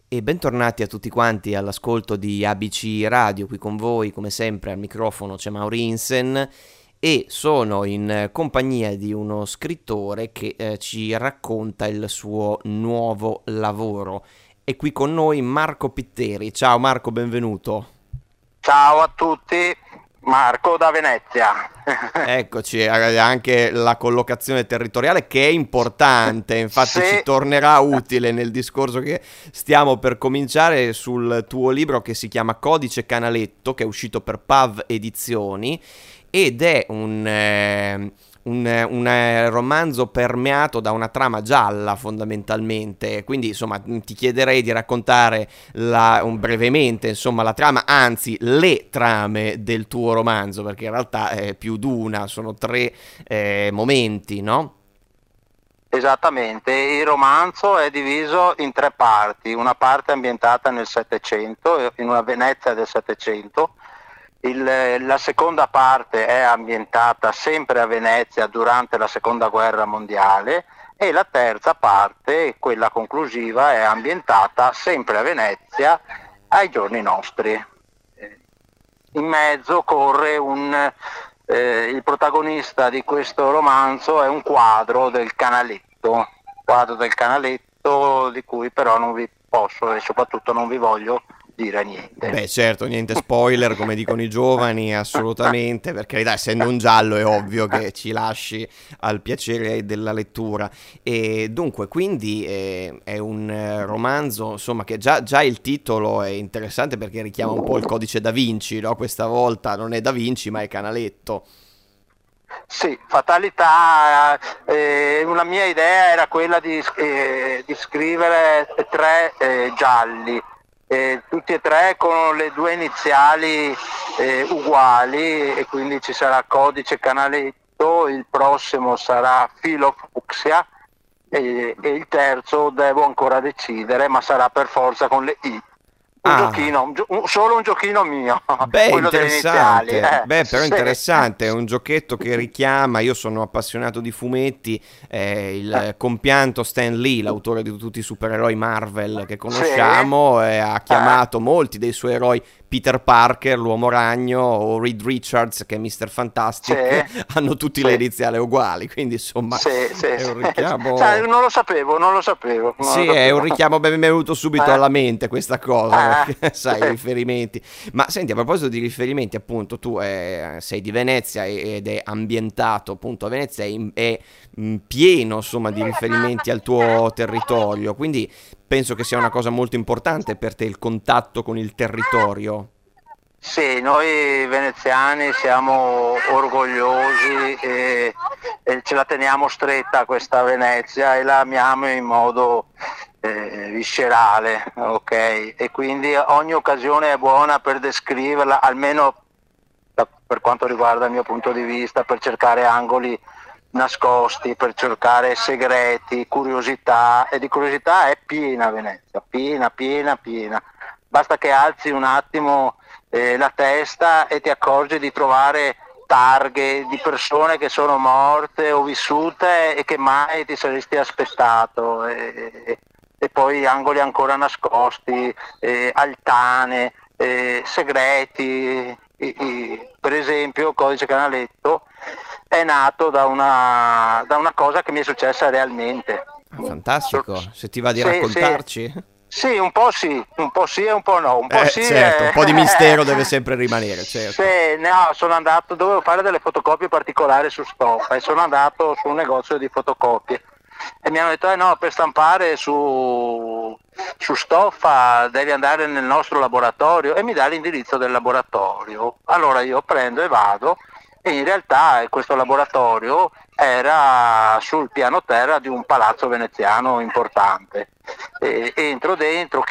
E bentornati a tutti quanti all'ascolto di ABC Radio, qui con voi come sempre al microfono c'è Maurinsen e sono in compagnia di uno scrittore che ci racconta il suo nuovo lavoro. È qui con noi Marco Pitteri. Ciao Marco, benvenuto. Ciao a tutti, Marco da Venezia. Eccoci, anche la collocazione territoriale che è importante, infatti ci Sì, tornerà utile nel discorso che stiamo per cominciare sul tuo libro che si chiama Codice Canaletto, che è uscito per PAV Edizioni ed è un romanzo permeato da una trama gialla fondamentalmente, quindi insomma ti chiederei di raccontare brevemente insomma la trama, anzi le trame del tuo romanzo, perché in realtà è più di una, sono tre momenti, no? esattamente. Il romanzo è diviso in tre parti. Una parte ambientata nel Settecento, in una Venezia del Settecento. La seconda parte è ambientata sempre a Venezia durante la Seconda Guerra Mondiale e la terza parte, quella conclusiva, è ambientata sempre a Venezia ai giorni nostri. In mezzo corre il protagonista di questo romanzo è un quadro del Canaletto di cui però non vi posso e soprattutto non vi voglio dire niente. Beh, certo, niente spoiler, come dicono i giovani, assolutamente, perché essendo un giallo è ovvio che ci lasci al piacere della lettura. E dunque, quindi è un romanzo, insomma, che già il titolo è interessante perché richiama un po' il codice Da Vinci, no? Questa volta non è Da Vinci, ma è Canaletto. Sì, fatalità, una mia idea era quella di scrivere tre gialli, tutti e tre con le due iniziali uguali e quindi ci sarà Codice Canaletto, il prossimo sarà Filo Fucsia e il terzo devo ancora decidere, ma sarà per forza con le I. Un Ah, giochino, solo un giochino mio, beh, quello delle iniziali. interessante. Beh, però Sì. interessante, è un giochetto che richiama, io sono appassionato di fumetti, il compianto Stan Lee, l'autore di tutti i supereroi Marvel che Sì, conosciamo, ha chiamato molti dei suoi eroi Peter Parker, l'Uomo Ragno, o Reed Richards che è Mr. sì, Fantastic, hanno tutti le sì, iniziali uguali, quindi insomma sì, sì, è sì. un Sai, richiamo... non lo sapevo, non lo sapevo, non lo Sì, è un sapevo. richiamo, beh, mi è venuto subito Eh, alla mente questa cosa, perché sai, i sì. riferimenti. Ma senti, a proposito di riferimenti, appunto, tu sei di Venezia ed è ambientato appunto a Venezia, è pieno, insomma, di riferimenti al tuo territorio, quindi penso che sia una cosa molto importante per te il contatto con il territorio. Sì, noi veneziani siamo orgogliosi e ce la teniamo stretta questa Venezia e la amiamo in modo viscerale, ok? E quindi ogni occasione è buona per descriverla, almeno per quanto riguarda il mio punto di vista, per cercare angoli nascosti, per cercare segreti, curiosità, e di curiosità è piena Venezia, piena, piena, piena. Basta che alzi un attimo la testa e ti accorgi di trovare targhe di persone che sono morte o vissute e che mai ti saresti aspettato. E poi angoli ancora nascosti, altane, segreti. Per esempio, Codice Canaletto è nato da una cosa che mi è successa realmente. Ah, fantastico, se ti va di Sì, sì, raccontarci. sì, un po' sì e un po' no. Un po' sì Certo, un po' di mistero deve sempre rimanere, sì, certo. no, sono andato, dovevo fare delle fotocopie particolari su stoffa e sono andato su un negozio di fotocopie e mi hanno detto no, per stampare su stoffa devi andare nel nostro laboratorio e mi dà l'indirizzo del laboratorio. Allora io prendo e vado e in realtà questo laboratorio era sul piano terra di un palazzo veneziano importante. Entro dentro,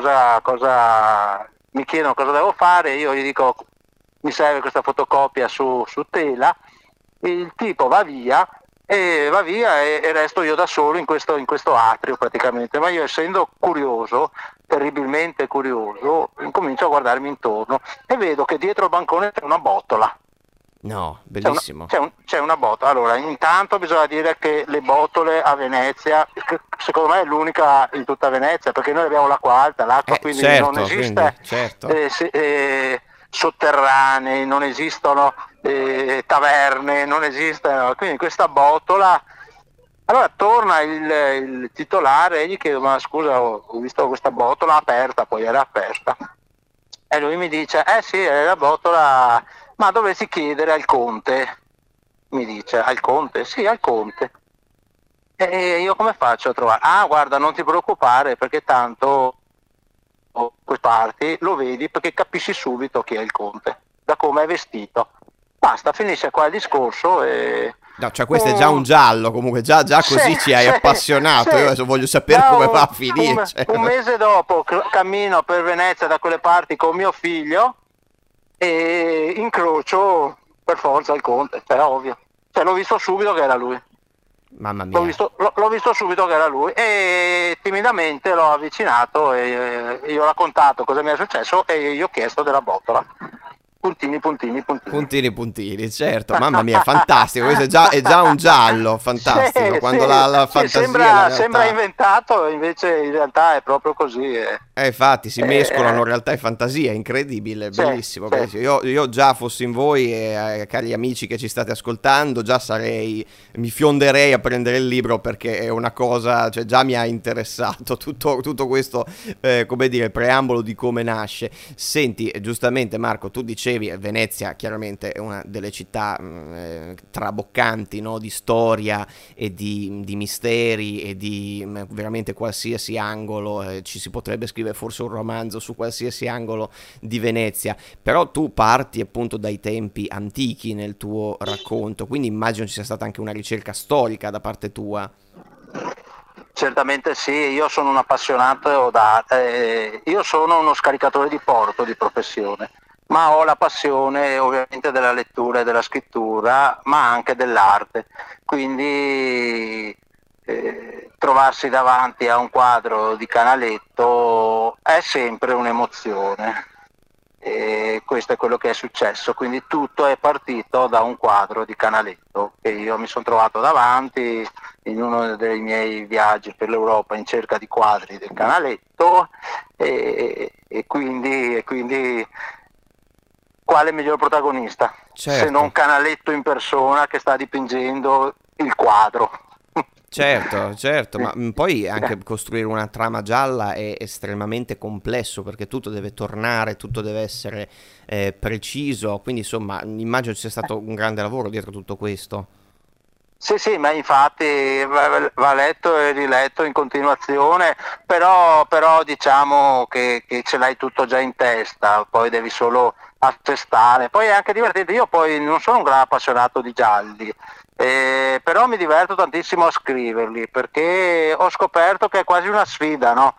mi chiedono cosa devo fare, io gli dico mi serve questa fotocopia su tela, il tipo va via e resto io da solo in questo atrio praticamente, ma io essendo curioso, terribilmente curioso, incomincio a guardarmi intorno e vedo che dietro il bancone c'è una botola. No, bellissimo. C'è una botola. Allora, intanto bisogna dire che le botole a Venezia, che secondo me è l'unica in tutta Venezia, perché noi abbiamo l'acqua alta, l'acqua quindi non Certo, esiste quindi, certo. sotterranei, non esistono taverne, non esistono. Quindi questa botola. Allora torna il titolare e gli chiedo: ma scusa, ho visto questa botola aperta, poi era aperta. E lui mi dice: eh sì, è la botola, ma dovresti chiedere al conte. Mi dice: al conte? Sì, al conte. E io come faccio a trovare? Ah, guarda, non ti preoccupare, perché tanto queste parti lo vedi, perché capisci subito chi è il conte, da come è vestito. Basta, finisce qua il discorso e... No, cioè questo è già un giallo, comunque già così ci hai appassionato, io adesso voglio sapere come va a finire. Un mese dopo cammino per Venezia da quelle parti con mio figlio e incrocio per forza il conte, è ovvio. Cioè, l'ho visto subito che era lui. Mamma mia. L'ho visto subito che era lui e timidamente l'ho avvicinato e io ho raccontato cosa mi è successo e gli ho chiesto della botola. Puntini, puntini, puntini. Puntini, puntini, certo, mamma mia, fantastico, questo è già un giallo, fantastico, quando la fantasia... Sembra inventato, invece in realtà è proprio così. Infatti si mescolano realtà e fantasia, incredibile, bellissimo, bellissimo. Io già fossi in voi, cari amici che ci state ascoltando, già mi fionderei a prendere il libro perché è una cosa, cioè già mi ha interessato tutto questo, come dire, preambolo di come nasce. Senti, giustamente Marco, tu dicevi Venezia chiaramente è una delle città traboccanti, no? Di storia e di misteri e di veramente qualsiasi angolo, ci si potrebbe scrivere forse un romanzo su qualsiasi angolo di Venezia, però tu parti appunto dai tempi antichi nel tuo racconto, quindi immagino ci sia stata anche una ricerca storica da parte tua. Certamente sì, io sono un appassionato io sono uno scaricatore di porto di professione, ma ho la passione ovviamente della lettura e della scrittura, ma anche dell'arte, quindi trovarsi davanti a un quadro di Canaletto è sempre un'emozione. E questo è quello che è successo, quindi tutto è partito da un quadro di Canaletto che io mi sono trovato davanti in uno dei miei viaggi per l'Europa in cerca di quadri del Canaletto e quindi quale miglior protagonista, certo, se non Canaletto in persona che sta dipingendo il quadro. Certo, ma poi anche costruire una trama gialla è estremamente complesso perché tutto deve tornare, tutto deve essere preciso, quindi insomma immagino ci sia stato un grande lavoro dietro tutto questo. Sì, ma infatti va letto e riletto in continuazione, però diciamo che ce l'hai tutto già in testa, poi devi solo assestare. Poi è anche divertente, io poi non sono un gran appassionato di gialli, però mi diverto tantissimo a scriverli, perché ho scoperto che è quasi una sfida, no?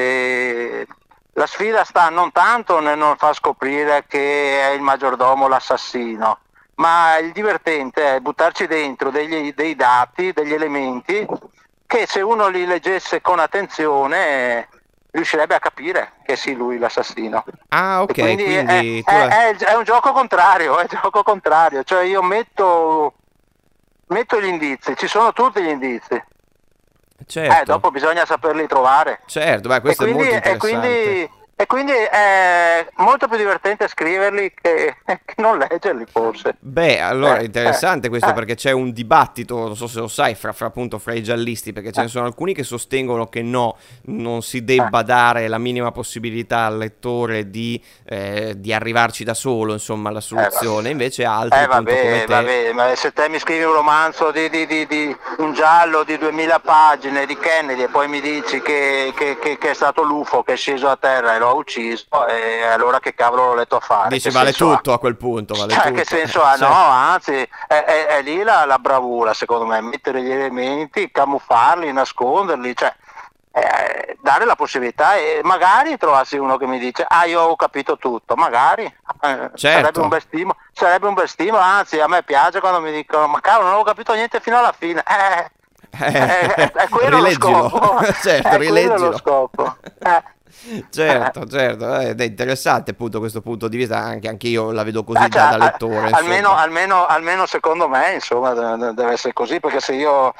La sfida sta non tanto nel non far scoprire che è il maggiordomo l'assassino, ma il divertente è buttarci dentro dei dati, degli elementi che se uno li leggesse con attenzione riuscirebbe a capire che sì, lui l'assassino. Ah, ok, quindi è un gioco contrario, cioè io metto gli indizi, ci sono tutti gli indizi. Certo. Dopo bisogna saperli trovare. Certo, beh, questo è molto interessante. E quindi è molto più divertente scriverli che non leggerli forse. Beh, allora è interessante questo perché c'è un dibattito, non so se lo sai, fra i giallisti, perché ce ne sono alcuni che sostengono che non si debba dare la minima possibilità al lettore di arrivarci da solo, insomma, alla soluzione, invece altri appunto come te... Vabbè, ma se te mi scrivi un romanzo di un giallo di 2000 pagine di Kennedy e poi mi dici che è stato l'UFO che è sceso a terra e lo ha ucciso, e allora che cavolo l'ho letto a fare? Dici vale tutto a quel punto, vale tutto. Che senso ha? No, anzi è lì la bravura secondo me, mettere gli elementi, camuffarli, nasconderli, cioè dare la possibilità e magari trovarsi uno che mi dice io ho capito tutto, magari certo. sarebbe un bel stimolo, anzi a me piace quando mi dicono ma cavolo non ho capito niente fino alla fine, è quello lo scopo. Certo, è quello lo scopo. Certo, certo, ed è interessante appunto questo punto di vista, anche io la vedo così Cioè, da lettore, almeno, insomma. almeno secondo me, insomma, deve essere così, perché se io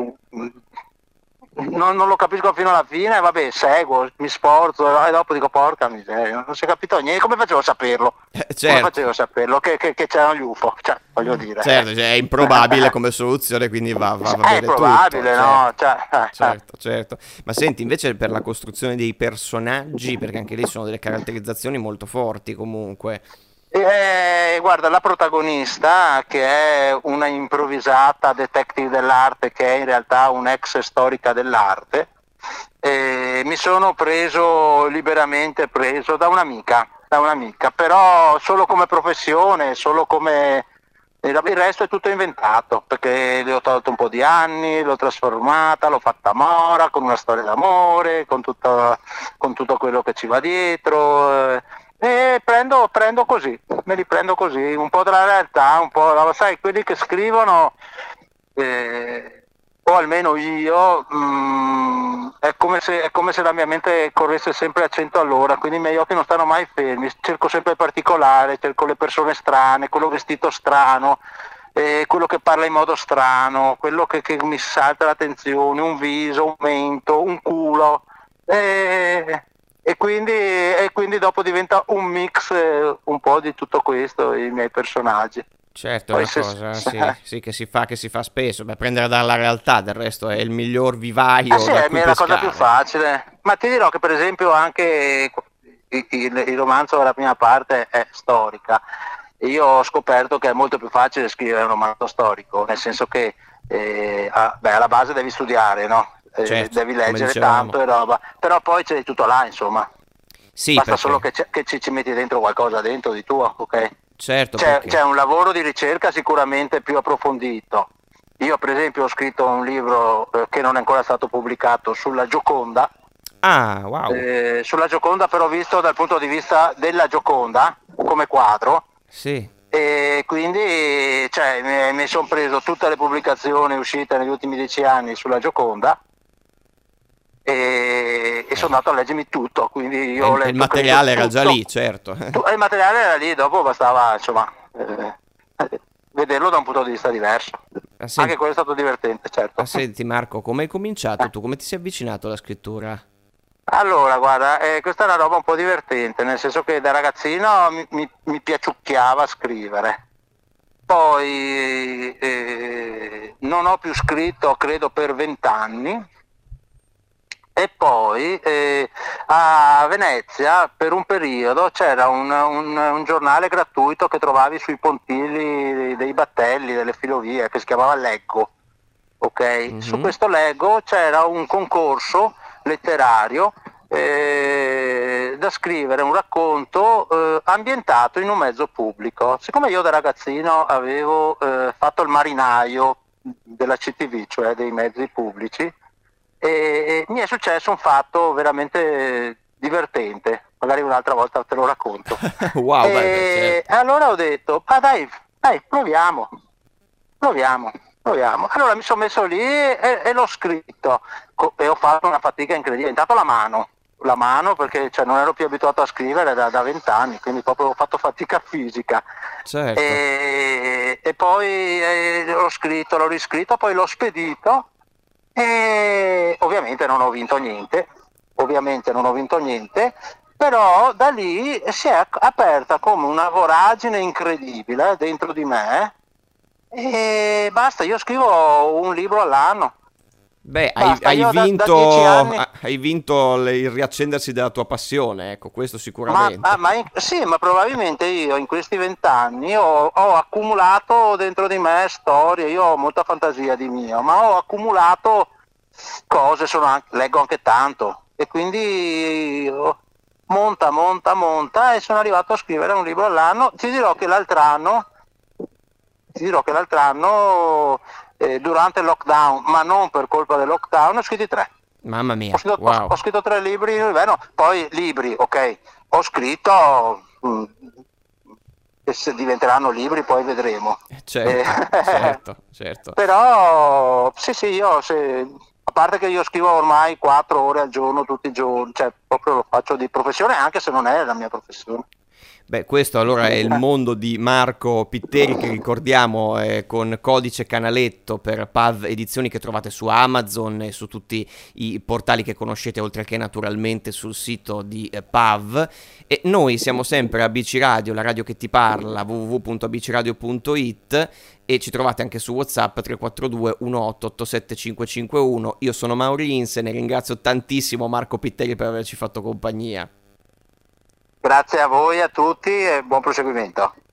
non lo capisco fino alla fine, vabbè, seguo, mi sforzo e dopo dico porca miseria, non si è capito niente, come facevo a saperlo? Come Certo, facevo a saperlo che c'erano gli UFO? Cioè, voglio dire. certo, cioè, è improbabile come soluzione, quindi va È bene tutto, probabile, no? certo. Cioè, Certo, certo. Ma senti, invece per la costruzione dei personaggi, perché anche lì sono delle caratterizzazioni molto forti comunque. Guarda, la protagonista, che è una improvvisata detective dell'arte, che è in realtà un'ex storica dell'arte, mi sono liberamente preso da un'amica, però solo come professione, solo come... Il resto è tutto inventato, perché le ho tolto un po' di anni, l'ho trasformata, l'ho fatta mora, con una storia d'amore, con tutto quello che ci va dietro. E prendo così, me li prendo così, un po' della realtà, un po', sai, quelli che scrivono, o almeno io, è come se la mia mente corresse sempre a 100 all'ora, quindi i miei occhi non stanno mai fermi, cerco sempre il particolare, cerco le persone strane, quello vestito strano, quello che parla in modo strano, quello che mi salta l'attenzione, un viso, un mento, un culo. E quindi dopo diventa un mix un po' di tutto questo, i miei personaggi. Certo, è Poi una se, cosa, sì, sì, che si fa spesso, beh, prendere dalla realtà, del resto è il miglior vivaio sì, da è cui la cosa più pescare. facile. Ma ti dirò che per esempio anche il romanzo della prima parte è storica. Io ho scoperto che è molto più facile scrivere un romanzo storico, nel senso che alla base devi studiare, no? Certo, Devi come leggere dicevamo. tanto e roba, però poi c'è tutto là, insomma. Sì, Basta solo perché, che ci metti dentro qualcosa dentro di tuo, ok? certo, C'è perché. un lavoro di ricerca sicuramente più approfondito. Io per esempio ho scritto un libro che non è ancora stato pubblicato Ah, wow, sulla Gioconda però visto dal punto di vista della Gioconda come quadro, sì. e quindi cioè, mi sono preso tutte le pubblicazioni uscite negli ultimi 10 anni sulla Gioconda e sono Eh, andato a leggermi tutto, quindi io ho e il letto credo materiale era già tutto. lì, certo. Il materiale era lì, dopo bastava insomma vederlo da un punto di vista diverso. Ah, Anche quello è stato divertente, certo. senti Marco, come hai cominciato tu? Come ti sei avvicinato alla scrittura? Allora, guarda, questa è una roba un po' divertente, nel senso che da ragazzino mi piaciucchiava scrivere. Poi non ho più scritto, credo, per 20 anni. E poi a Venezia per un periodo c'era un giornale gratuito che trovavi sui pontili dei battelli, delle filovie, che si chiamava Leggo. Ok? Su Mhm. questo Leggo c'era un concorso letterario da scrivere un racconto ambientato in un mezzo pubblico. Siccome io da ragazzino avevo fatto il marinaio della CTV, cioè dei mezzi pubblici, e mi è successo un fatto veramente divertente, magari un'altra volta te lo racconto. Wow, vai, beh, E certo. allora ho detto, ah dai, proviamo, proviamo. Allora mi sono messo lì e l'ho scritto e ho fatto una fatica incredibile. Intanto la mano perché cioè, non ero più abituato a scrivere da 20 anni, quindi proprio ho fatto fatica fisica. Certo. E poi l'ho scritto, l'ho riscritto, poi l'ho spedito e ovviamente non ho vinto niente, però da lì si è aperta come una voragine incredibile dentro di me e basta, io scrivo un libro all'anno, Beh, basta, io da 10 anni. hai vinto il riaccendersi della tua passione, ecco, questo Ma, sicuramente. sì, ma probabilmente io in questi 20 anni ho accumulato dentro di me storie, io ho molta fantasia di mio, ma ho accumulato cose, leggo anche tanto e quindi monta e sono arrivato a scrivere un libro all'anno. Ti dirò che l'altro anno durante il lockdown, ma non per colpa del lockdown, ho scritto tre. Mamma Ho mia, scritto, ho, wow. ho scritto 3 libri, beh, no, poi libri, ok, ho scritto, e se diventeranno libri poi vedremo. Eh, Certo, certo, certo. però sì, io A parte che io scrivo ormai 4 ore al giorno, tutti i giorni, cioè proprio lo faccio di professione, anche se non è la mia professione. Beh, questo allora è il mondo di Marco Pitteri, che ricordiamo con codice canaletto per PAV Edizioni, che trovate su Amazon e su tutti i portali che conoscete, oltre che naturalmente sul sito di PAV. E noi siamo sempre ABC Radio, la radio che ti parla, www.abcradio.it, e ci trovate anche su WhatsApp 342 1887 551. Io sono Mauri Insen e ringrazio tantissimo Marco Pitteri per averci fatto compagnia. Grazie a voi, a tutti e buon proseguimento.